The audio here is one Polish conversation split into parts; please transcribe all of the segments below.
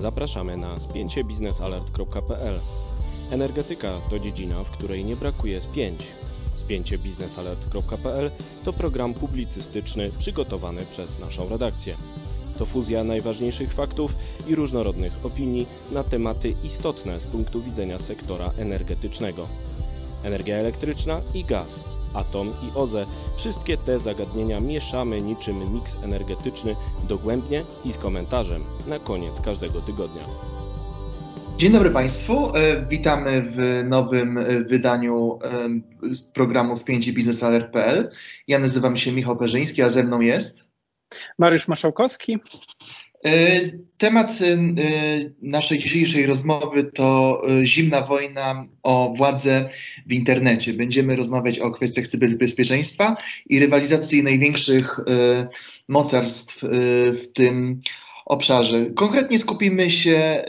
Zapraszamy na spięciebiznesalert.pl. Energetyka to dziedzina, w której nie brakuje spięć. Spięciebiznesalert.pl to program publicystyczny przygotowany przez naszą redakcję. To fuzja najważniejszych faktów i różnorodnych opinii na tematy istotne z punktu widzenia sektora energetycznego. Energia elektryczna i gaz, atom i OZE, wszystkie te zagadnienia mieszamy niczym miks energetyczny dogłębnie i z komentarzem na koniec każdego tygodnia. Dzień dobry Państwu, witamy w nowym wydaniu programu spięciebiznesalert.pl. Ja nazywam się Michał Perzyński, a ze mną jest Mariusz Maszałkowski. Temat naszej dzisiejszej rozmowy to zimna wojna o władzę w internecie. Będziemy rozmawiać o kwestiach cyberbezpieczeństwa i rywalizacji największych mocarstw w tym obszarze. Konkretnie skupimy się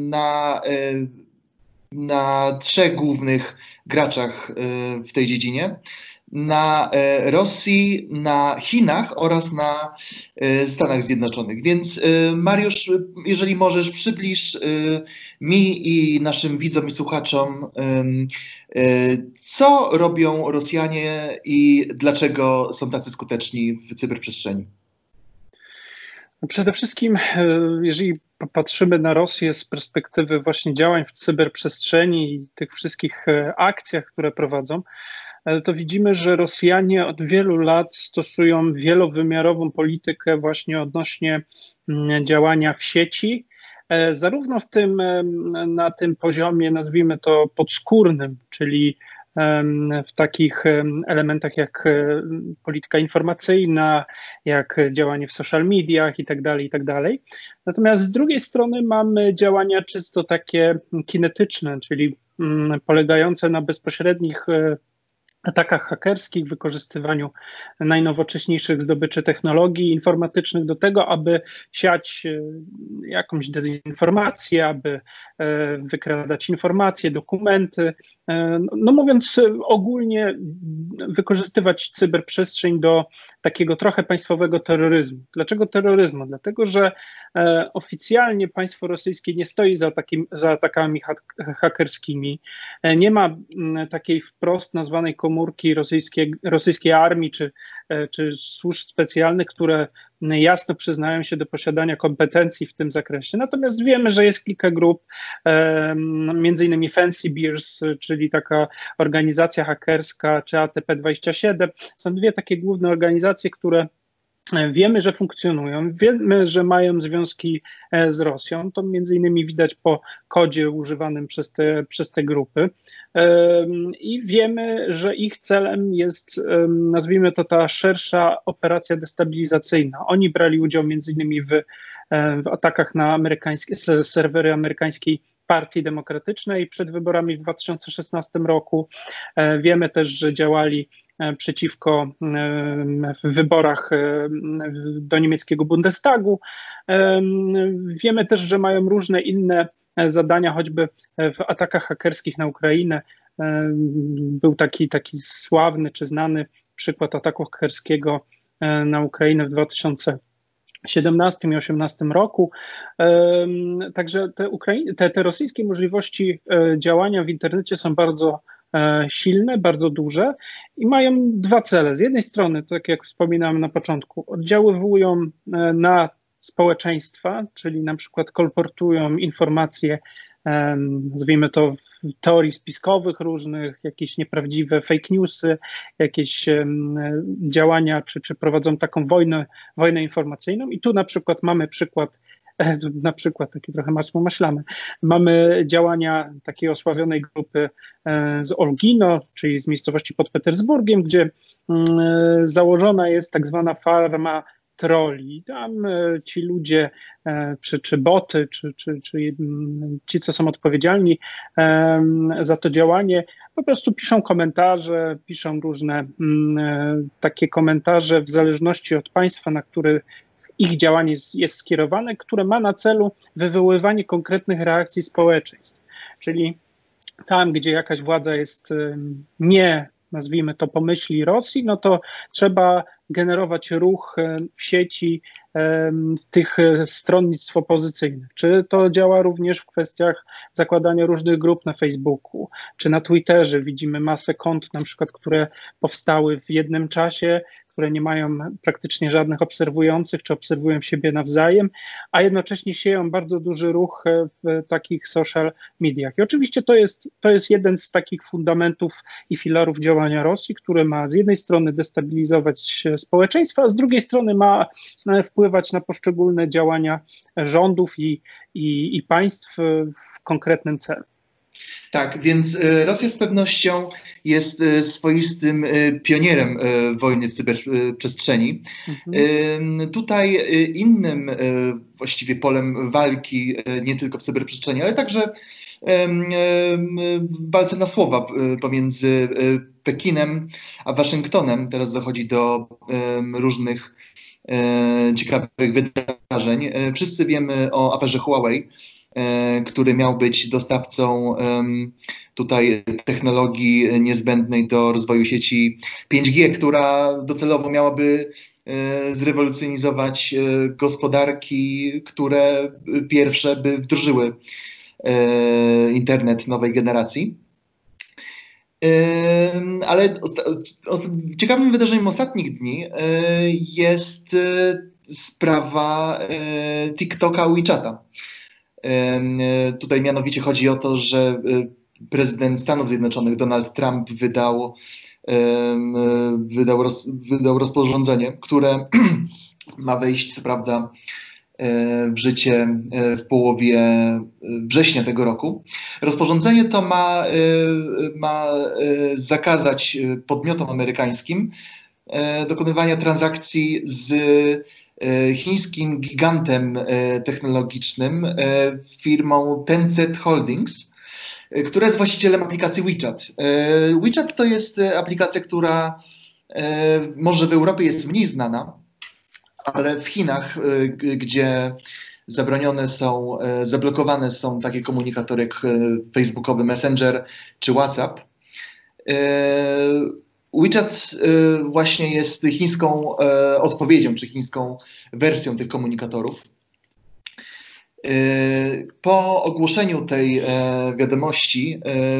na trzech głównych graczach w tej dziedzinie. Na Rosji, na Chinach oraz na Stanach Zjednoczonych. Więc Mariusz, jeżeli możesz, przybliż mi i naszym widzom i słuchaczom, co robią Rosjanie i dlaczego są tacy skuteczni w cyberprzestrzeni? Przede wszystkim, jeżeli patrzymy na Rosję z perspektywy właśnie działań w cyberprzestrzeni i tych wszystkich akcjach, które prowadzą, to widzimy, że Rosjanie od wielu lat stosują wielowymiarową politykę właśnie odnośnie działania w sieci, zarówno na tym poziomie, nazwijmy to podskórnym, czyli w takich elementach jak polityka informacyjna, jak działanie w social mediach i tak dalej. Natomiast z drugiej strony mamy działania czysto takie kinetyczne, czyli polegające na bezpośrednich atakach hakerskich, wykorzystywaniu najnowocześniejszych zdobyczy technologii informatycznych do tego, aby siać jakąś dezinformację, aby wykradać informacje, dokumenty. No mówiąc ogólnie, wykorzystywać cyberprzestrzeń do takiego trochę państwowego terroryzmu. Dlaczego terroryzmu? Dlatego, że oficjalnie państwo rosyjskie nie stoi za atakami hakerskimi. Nie ma takiej wprost nazwanej komórki rosyjskiej armii czy służb specjalnych, które jasno przyznają się do posiadania kompetencji w tym zakresie. Natomiast wiemy, że jest kilka grup, między innymi Fancy Bears, czyli taka organizacja hakerska, czy ATP27. Są dwie takie główne organizacje, które wiemy, że funkcjonują, wiemy, że mają związki z Rosją. To między innymi widać po kodzie używanym przez te grupy. I wiemy, że ich celem jest, nazwijmy to, ta szersza operacja destabilizacyjna. Oni brali udział między innymi w atakach na serwery amerykańskiej Partii Demokratycznej przed wyborami w 2016 roku. Wiemy też, że działali przeciwko w wyborach do niemieckiego Bundestagu. Wiemy też, że mają różne inne zadania, choćby w atakach hakerskich na Ukrainę. Był taki sławny czy znany przykład ataku hakerskiego na Ukrainę w 2017 i 2018 roku. Także te rosyjskie możliwości działania w internecie są bardzo silne, bardzo duże i mają dwa cele. Z jednej strony, tak jak wspominałem na początku, oddziaływują na społeczeństwa, czyli na przykład kolportują informacje, nazwijmy to teorii spiskowych różnych, jakieś nieprawdziwe fake newsy, jakieś działania, czy prowadzą taką wojnę informacyjną. I tu na przykład mamy taki trochę masło maślane. Mamy działania takiej osławionej grupy z Olgino, czyli z miejscowości pod Petersburgiem, gdzie założona jest tak zwana farma troli. Tam ci ludzie, czy boty, czy ci, co są odpowiedzialni za to działanie, po prostu piszą komentarze, piszą różne takie komentarze w zależności od państwa, na które ich działanie jest skierowane, które ma na celu wywoływanie konkretnych reakcji społeczeństw. Czyli tam, gdzie jakaś władza jest nie, nazwijmy to, po myśli Rosji, no to trzeba generować ruch w sieci tych stronnictw opozycyjnych. Czy to działa również w kwestiach zakładania różnych grup na Facebooku, czy na Twitterze. Widzimy masę kont, na przykład, które powstały w jednym czasie, które nie mają praktycznie żadnych obserwujących, czy obserwują siebie nawzajem, a jednocześnie sieją bardzo duży ruch w takich social mediach. I oczywiście to jest jeden z takich fundamentów i filarów działania Rosji, który ma z jednej strony destabilizować społeczeństwo, a z drugiej strony ma wpływać na poszczególne działania rządów i państw w konkretnym celu. Tak, więc Rosja z pewnością jest swoistym pionierem wojny w cyberprzestrzeni. Tutaj innym właściwie polem walki, nie tylko w cyberprzestrzeni, ale także w walce na słowa pomiędzy Pekinem a Waszyngtonem. Teraz dochodzi do różnych ciekawych wydarzeń. Wszyscy wiemy o aferze Huawei, który miał być dostawcą tutaj technologii niezbędnej do rozwoju sieci 5G, która docelowo miałaby zrewolucjonizować gospodarki, które pierwsze by wdrożyły internet nowej generacji. Ale ciekawym wydarzeniem ostatnich dni jest sprawa TikToka, WeChata. Tutaj mianowicie chodzi o to, że prezydent Stanów Zjednoczonych Donald Trump wydał rozporządzenie, które ma wejść co prawda w życie w połowie września tego roku. Rozporządzenie to ma zakazać podmiotom amerykańskim dokonywania transakcji z chińskim gigantem technologicznym, firmą Tencent Holdings, która jest właścicielem aplikacji WeChat. WeChat to jest aplikacja, która może w Europie jest mniej znana, ale w Chinach, gdzie zablokowane są takie komunikatory jak facebookowy Messenger czy WhatsApp, WeChat właśnie jest chińską odpowiedzią, czy chińską wersją tych komunikatorów. Po ogłoszeniu tej wiadomości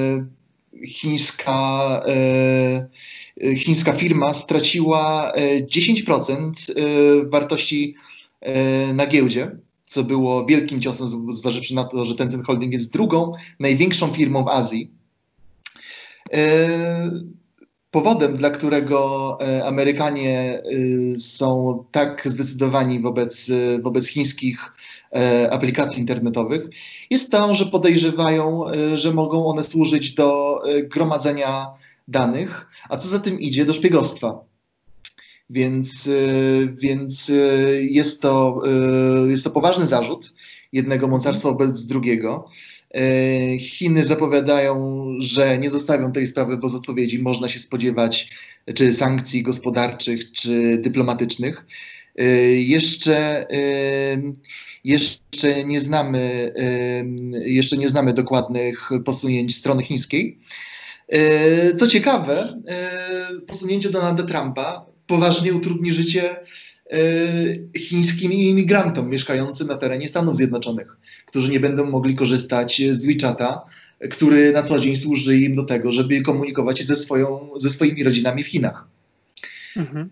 chińska firma straciła 10% wartości na giełdzie, co było wielkim ciosem, zważywszy na to, że Tencent Holding jest drugą największą firmą w Azji. Powodem, dla którego Amerykanie są tak zdecydowani wobec chińskich aplikacji internetowych, jest to, że podejrzewają, że mogą one służyć do gromadzenia danych, a co za tym idzie, do szpiegostwa. Więc jest to poważny zarzut jednego mocarstwa wobec drugiego. Chiny zapowiadają, że nie zostawią tej sprawy bez odpowiedzi. Można się spodziewać czy sankcji gospodarczych, czy dyplomatycznych. Jeszcze nie znamy dokładnych posunięć strony chińskiej. Co ciekawe, posunięcie Donalda Trumpa poważnie utrudni życie chińskim imigrantom mieszkającym na terenie Stanów Zjednoczonych, którzy nie będą mogli korzystać z WeChata, który na co dzień służy im do tego, żeby komunikować się ze swoimi rodzinami w Chinach. Mhm.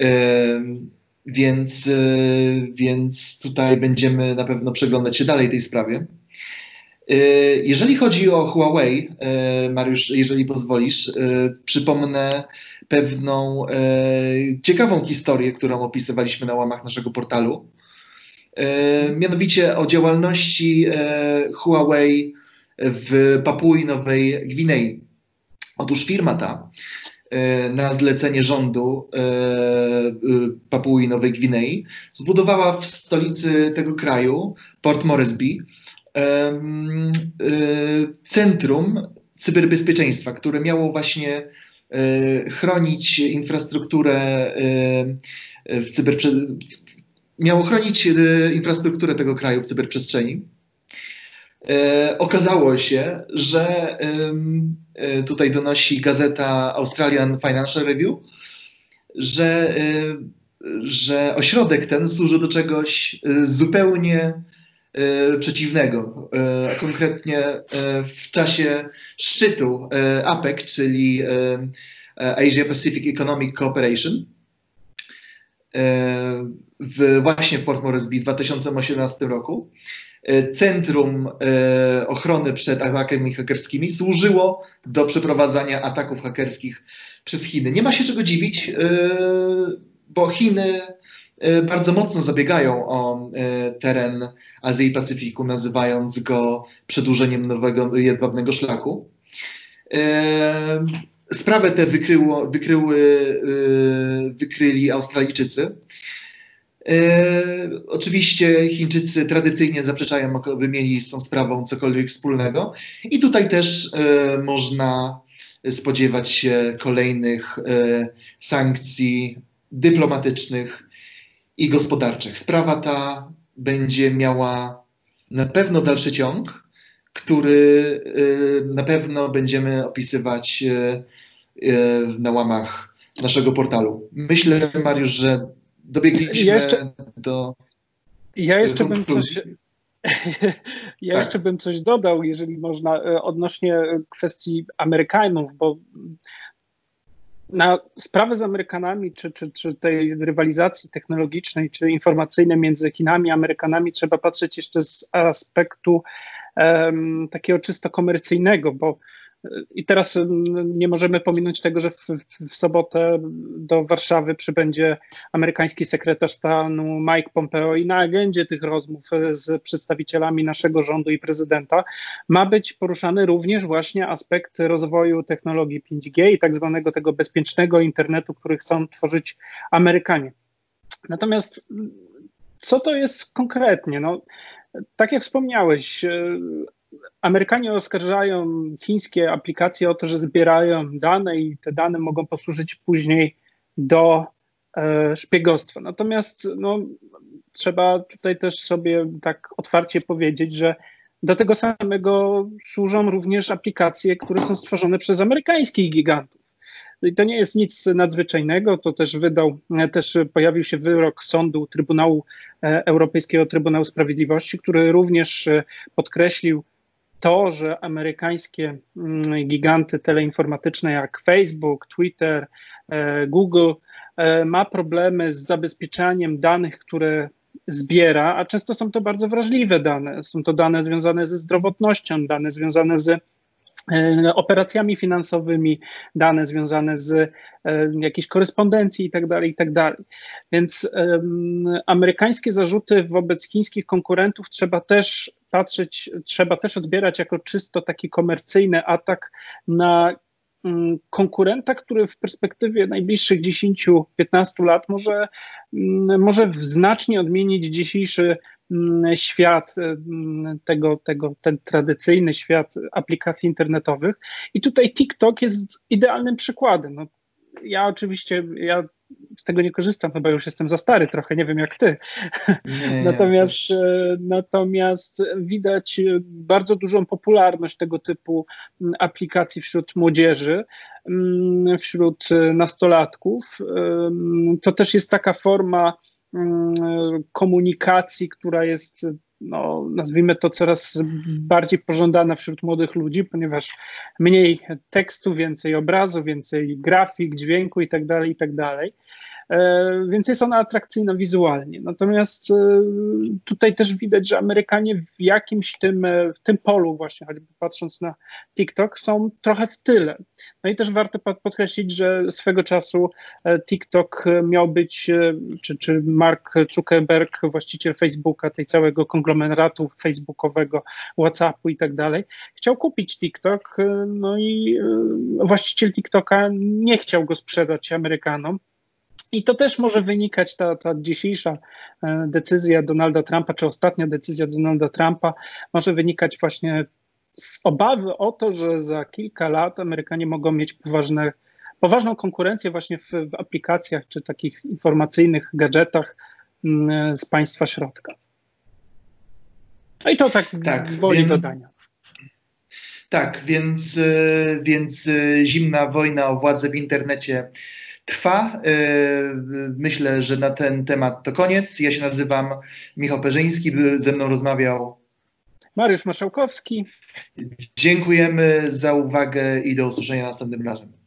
Więc tutaj będziemy na pewno przyglądać się dalej tej sprawie. Jeżeli chodzi o Huawei, Mariusz, jeżeli pozwolisz, przypomnę pewną ciekawą historię, którą opisywaliśmy na łamach naszego portalu. Mianowicie o działalności Huawei w Papui Nowej Gwinei. Otóż firma ta na zlecenie rządu Papui Nowej Gwinei zbudowała w stolicy tego kraju, Port Moresby, centrum cyberbezpieczeństwa, które miało właśnie chronić infrastrukturę miało chronić infrastrukturę tego kraju w cyberprzestrzeni. Okazało się, że tutaj donosi gazeta Australian Financial Review, że ośrodek ten służy do czegoś zupełnie przeciwnego. Konkretnie w czasie szczytu APEC, czyli Asia Pacific Economic Cooperation, właśnie w Port Moresby w 2018 roku, Centrum Ochrony przed Atakami Hakerskimi służyło do przeprowadzania ataków hakerskich przez Chiny. Nie ma się czego dziwić, bo Chiny bardzo mocno zabiegają o teren Azji i Pacyfiku, nazywając go przedłużeniem nowego jedwabnego szlaku. Sprawę tę wykryli Australijczycy. Oczywiście Chińczycy tradycyjnie zaprzeczają, by mieli z tą sprawą cokolwiek wspólnego. I tutaj też można spodziewać się kolejnych sankcji dyplomatycznych i gospodarczych. Sprawa ta będzie miała na pewno dalszy ciąg, który na pewno będziemy opisywać na łamach naszego portalu. Myślę, Mariusz, że dobiegliśmy do jeszcze bym coś dodał, jeżeli można, odnośnie kwestii Amerykanów, bo na sprawę z Amerykanami, czy tej rywalizacji technologicznej, czy informacyjnej między Chinami a Amerykanami trzeba patrzeć jeszcze z aspektu takiego czysto komercyjnego, bo i teraz nie możemy pominąć tego, że w sobotę do Warszawy przybędzie amerykański sekretarz stanu Mike Pompeo i na agendzie tych rozmów z przedstawicielami naszego rządu i prezydenta ma być poruszany również właśnie aspekt rozwoju technologii 5G i tak zwanego tego bezpiecznego internetu, który chcą tworzyć Amerykanie. Natomiast co to jest konkretnie? No, tak jak wspomniałeś, Amerykanie oskarżają chińskie aplikacje o to, że zbierają dane i te dane mogą posłużyć później do szpiegostwa. Natomiast no, trzeba tutaj też sobie tak otwarcie powiedzieć, że do tego samego służą również aplikacje, które są stworzone przez amerykańskich gigantów. I to nie jest nic nadzwyczajnego, to też pojawił się wyrok sądu Europejskiego Trybunału Sprawiedliwości, który również podkreślił to, że amerykańskie giganty teleinformatyczne jak Facebook, Twitter, Google ma problemy z zabezpieczaniem danych, które zbiera, a często są to bardzo wrażliwe dane. Są to dane związane ze zdrowotnością, dane związane z operacjami finansowymi, dane związane z jakiejś korespondencji itd., itd. Więc amerykańskie zarzuty wobec chińskich konkurentów trzeba też odbierać jako czysto taki komercyjny atak na konkurenta, który w perspektywie najbliższych 10-15 lat może znacznie odmienić dzisiejszy świat, ten tradycyjny świat aplikacji internetowych. I tutaj TikTok jest idealnym przykładem. No, ja z tego nie korzystam, chyba już jestem za stary trochę, nie wiem jak ty. Natomiast widać bardzo dużą popularność tego typu aplikacji wśród młodzieży, wśród nastolatków. To też jest taka forma komunikacji, która jest, no, nazwijmy to, coraz bardziej pożądana wśród młodych ludzi, ponieważ mniej tekstu, więcej obrazu, więcej grafik, dźwięku itd., więc jest ona atrakcyjna wizualnie. Natomiast tutaj też widać, że Amerykanie w jakimś w tym polu właśnie, choćby patrząc na TikTok, są trochę w tyle. No i też warto podkreślić, że swego czasu TikTok miał być, czy Mark Zuckerberg, właściciel Facebooka, tej całego konglomeratu facebookowego, WhatsAppu i tak dalej, chciał kupić TikTok, no i właściciel TikToka nie chciał go sprzedać Amerykanom. I to też może wynikać, ta dzisiejsza decyzja Donalda Trumpa, czy ostatnia decyzja Donalda Trumpa, może wynikać właśnie z obawy o to, że za kilka lat Amerykanie mogą mieć poważną konkurencję właśnie w aplikacjach, czy takich informacyjnych gadżetach z państwa środka. No i to tak woli dodania. Tak, więc zimna wojna o władzę w internecie trwa. Myślę, że na ten temat to koniec. Ja się nazywam Michał Perzyński, ze mną rozmawiał Mariusz Marszałkowski. Dziękujemy za uwagę i do usłyszenia następnym razem.